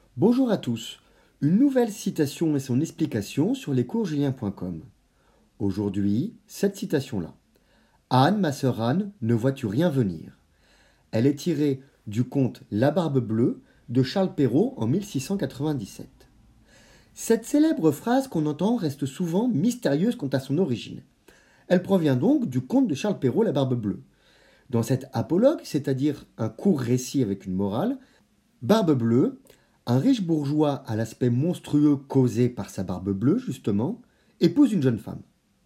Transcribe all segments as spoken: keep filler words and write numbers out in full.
Bonjour à tous. Une nouvelle citation et son explication sur lescoursjulien point com. Aujourd'hui, cette citation-là. Anne, ma sœur Anne, ne vois-tu rien venir? Elle est tirée du conte La Barbe Bleue de Charles Perrault en mille six cent quatre-vingt-dix-sept. Cette célèbre phrase qu'on entend reste souvent mystérieuse quant à son origine. Elle provient donc du conte de Charles Perrault La Barbe Bleue. Dans cet apologue, c'est-à-dire un court récit avec une morale, Barbe Bleue, un riche bourgeois à l'aspect monstrueux causé par sa barbe bleue, justement, épouse une jeune femme.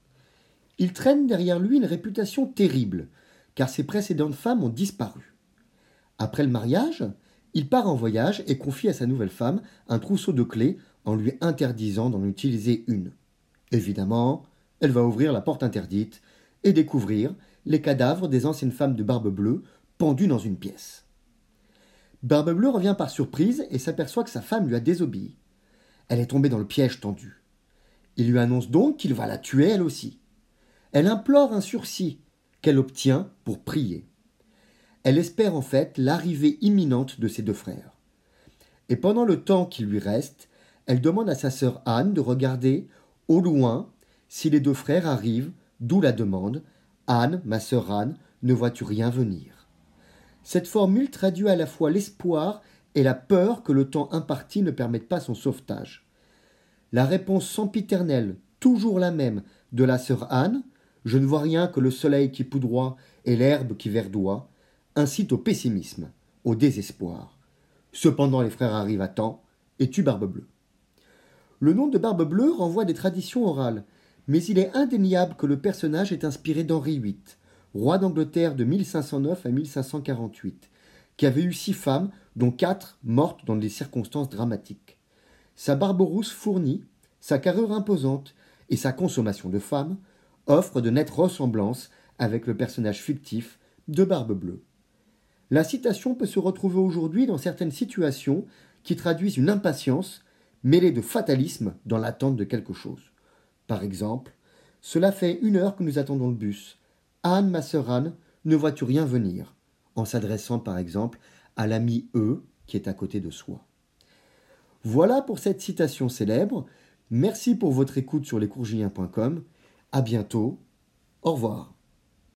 Il traîne derrière lui une réputation terrible, car ses précédentes femmes ont disparu. Après le mariage, il part en voyage et confie à sa nouvelle femme un trousseau de clés en lui interdisant d'en utiliser une. Évidemment, elle va ouvrir la porte interdite et découvrir les cadavres des anciennes femmes de Barbe Bleue pendues dans une pièce. Barbe Bleue revient par surprise et s'aperçoit que sa femme lui a désobéi. Elle est tombée dans le piège tendu. Il lui annonce donc qu'il va la tuer elle aussi. Elle implore un sursis qu'elle obtient pour prier. Elle espère en fait l'arrivée imminente de ses deux frères. Et pendant le temps qui lui reste, elle demande à sa sœur Anne de regarder au loin si les deux frères arrivent, d'où la demande « Anne, ma sœur Anne, ne vois-tu rien venir ?» Cette formule traduit à la fois l'espoir et la peur que le temps imparti ne permette pas son sauvetage. La réponse sempiternelle, toujours la même, de la sœur Anne, « Je ne vois rien que le soleil qui poudroie et l'herbe qui verdoie », incite au pessimisme, au désespoir. Cependant les frères arrivent à temps et tuent Barbe Bleue. Le nom de Barbe Bleue renvoie à des traditions orales, mais il est indéniable que le personnage est inspiré d'Henri huit, roi d'Angleterre de mille cinq cent neuf à mille cinq cent quarante-huit, qui avait eu six femmes, dont quatre mortes dans des circonstances dramatiques. Sa barbe rousse fournie, sa carrure imposante et sa consommation de femmes offrent de nettes ressemblances avec le personnage fictif de Barbe Bleue. La citation peut se retrouver aujourd'hui dans certaines situations qui traduisent une impatience mêlée de fatalisme dans l'attente de quelque chose. Par exemple, « Cela fait une heure que nous attendons le bus. Anne, ma sœur Anne, ne vois-tu rien venir ?» en s'adressant par exemple à l'ami E qui est à côté de soi. Voilà pour cette citation célèbre. Merci pour votre écoute sur lescoursjulien point com. À bientôt. Au revoir.